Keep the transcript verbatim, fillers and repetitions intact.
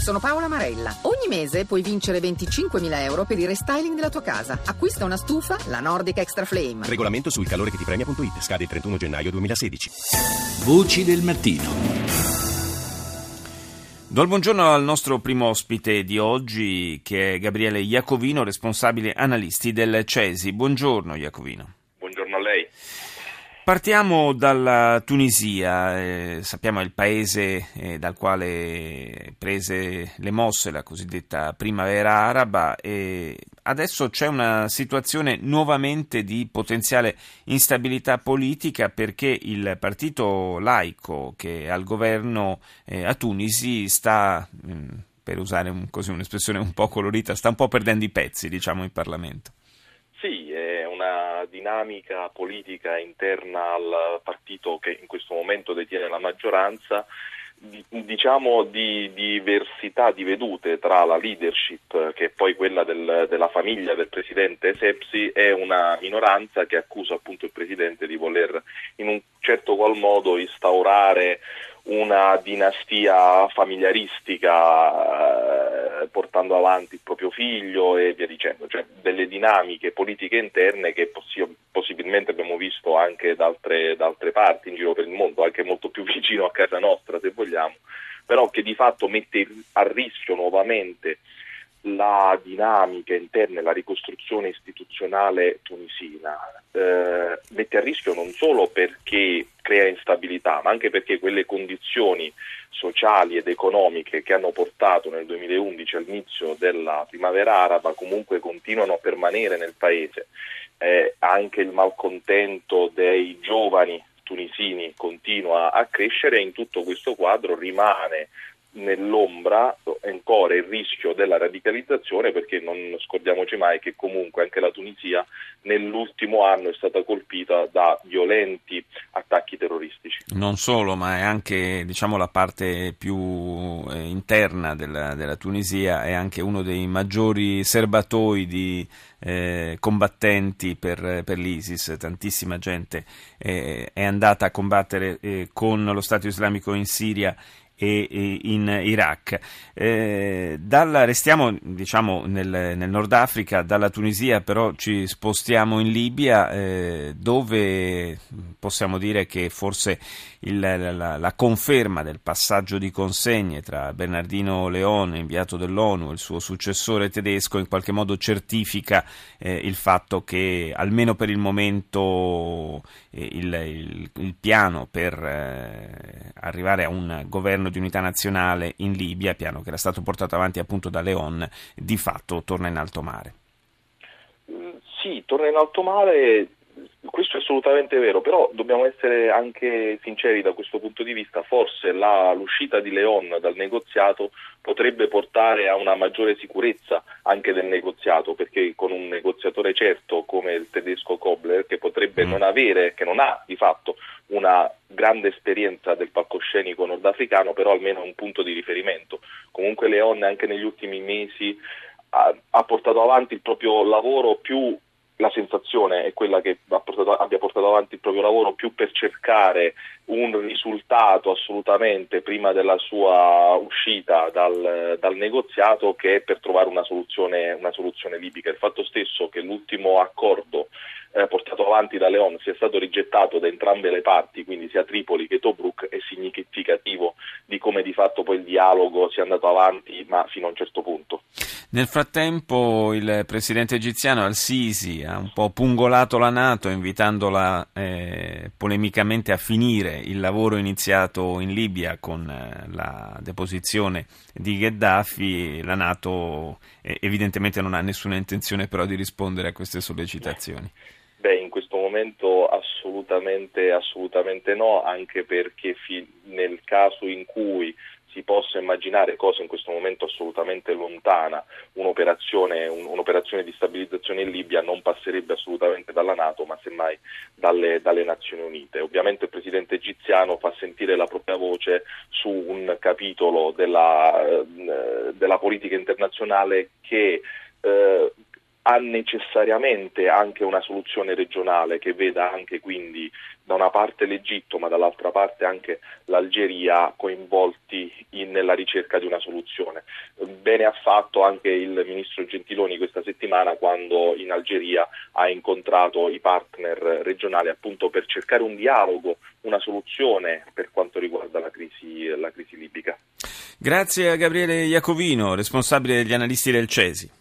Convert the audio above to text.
sono Paola Marella. Ogni mese puoi vincere venticinquemila euro per il restyling della tua casa. Acquista una stufa, la Nordic Extra Flame. Regolamento sul calore che ti premia punto it. Scade il trentuno gennaio duemilasedici. Voci del mattino. Do il buongiorno al nostro primo ospite di oggi, che è Gabriele Iacovino, responsabile analisti del CESI. Buongiorno Iacovino. Buongiorno a lei. Partiamo dalla Tunisia, eh, sappiamo è il paese eh, dal quale prese le mosse la cosiddetta primavera araba, e adesso c'è una situazione nuovamente di potenziale instabilità politica perché il partito laico che è al governo eh, a Tunisi sta, mh, per usare un, così, un'espressione un po' colorita, sta un po' perdendo i pezzi, diciamo, in Parlamento. Sì, è una dinamica politica interna al partito che in questo momento detiene la maggioranza, diciamo di diversità di vedute tra la leadership, che è poi quella del, della famiglia del presidente Essebsi, e una minoranza che accusa appunto il presidente di voler in un certo qual modo instaurare una dinastia familiaristica, eh, portando avanti il proprio figlio e via dicendo, cioè delle dinamiche politiche interne che possi- possibilmente abbiamo visto anche da altre, da altre parti in giro per il mondo, anche molto più vicino a casa nostra se vogliamo, però che di fatto mette a rischio nuovamente la dinamica interna e la ricostruzione istituzionale tunisina. Eh, mette a rischio non solo perché crea instabilità, ma anche perché quelle condizioni sociali ed economiche che hanno portato nel duemilaundici all'inizio della primavera araba comunque continuano a permanere nel paese. Eh, anche il malcontento dei giovani tunisini continua a crescere, e in tutto questo quadro rimane nell'ombra ancora il rischio della radicalizzazione, perché non scordiamoci mai che comunque anche la Tunisia nell'ultimo anno è stata colpita da violenti attacchi terroristici. Non solo, ma è anche, diciamo, la parte più eh, interna della, della Tunisia, è anche uno dei maggiori serbatoi di eh, combattenti per, per l'ISIS. Tantissima gente eh, è andata a combattere eh, con lo Stato islamico in Siria e in Iraq. Eh, dalla, restiamo diciamo nel, nel Nord Africa, dalla Tunisia però ci spostiamo in Libia, eh, dove possiamo dire che forse il, la, la conferma del passaggio di consegne tra Bernardino León, inviato dell'ONU, e il suo successore tedesco in qualche modo certifica eh, il fatto che almeno per il momento eh, il, il, il piano per eh, arrivare a un governo di unità nazionale in Libia, piano che era stato portato avanti appunto da León, di fatto torna in alto mare. Sì, torna in alto mare, questo è assolutamente vero, però dobbiamo essere anche sinceri da questo punto di vista. Forse la, l'uscita di León dal negoziato potrebbe portare a una maggiore sicurezza anche del negoziato, perché con un negoziatore certo come il tedesco Kobler, che potrebbe mm. non avere, che non ha di fatto una grande esperienza del palcoscenico nordafricano, però almeno un punto di riferimento. Comunque León anche negli ultimi mesi ha, ha portato avanti il proprio lavoro, più la sensazione è quella che ha portato, abbia portato avanti il proprio lavoro più per cercare un risultato assolutamente prima della sua uscita dal, dal negoziato, che per trovare una soluzione, una soluzione libica. Il fatto stesso che l'ultimo accordo eh, portato avanti da León sia stato rigettato da entrambe le parti, quindi sia Tripoli che Tobruk, è significativo di come di fatto poi il dialogo sia andato avanti, ma fino a un certo punto. Nel frattempo il presidente egiziano Al-Sisi ha un po' pungolato la NATO, invitandola eh, polemicamente a finire il lavoro iniziato in Libia con eh, la deposizione di Gheddafi. La NATO eh, evidentemente non ha nessuna intenzione però di rispondere a queste sollecitazioni. Beh, in questo momento assolutamente, assolutamente no, anche perché fi- nel caso in cui si possa immaginare, cosa in questo momento assolutamente lontana, un'operazione, un, un'operazione di stabilizzazione in Libia, non passerebbe assolutamente dalla NATO, ma semmai dalle, dalle Nazioni Unite. Ovviamente il presidente egiziano fa sentire la propria voce su un capitolo della, eh, della politica internazionale che eh, ha necessariamente anche una soluzione regionale che veda anche quindi da una parte l'Egitto ma dall'altra parte anche l'Algeria coinvolti in, nella ricerca di una soluzione. Bene ha fatto anche il ministro Gentiloni questa settimana quando in Algeria ha incontrato i partner regionali appunto per cercare un dialogo, una soluzione per quanto riguarda la crisi, la crisi libica. Grazie a Gabriele Iacovino, responsabile degli analisti del CESI.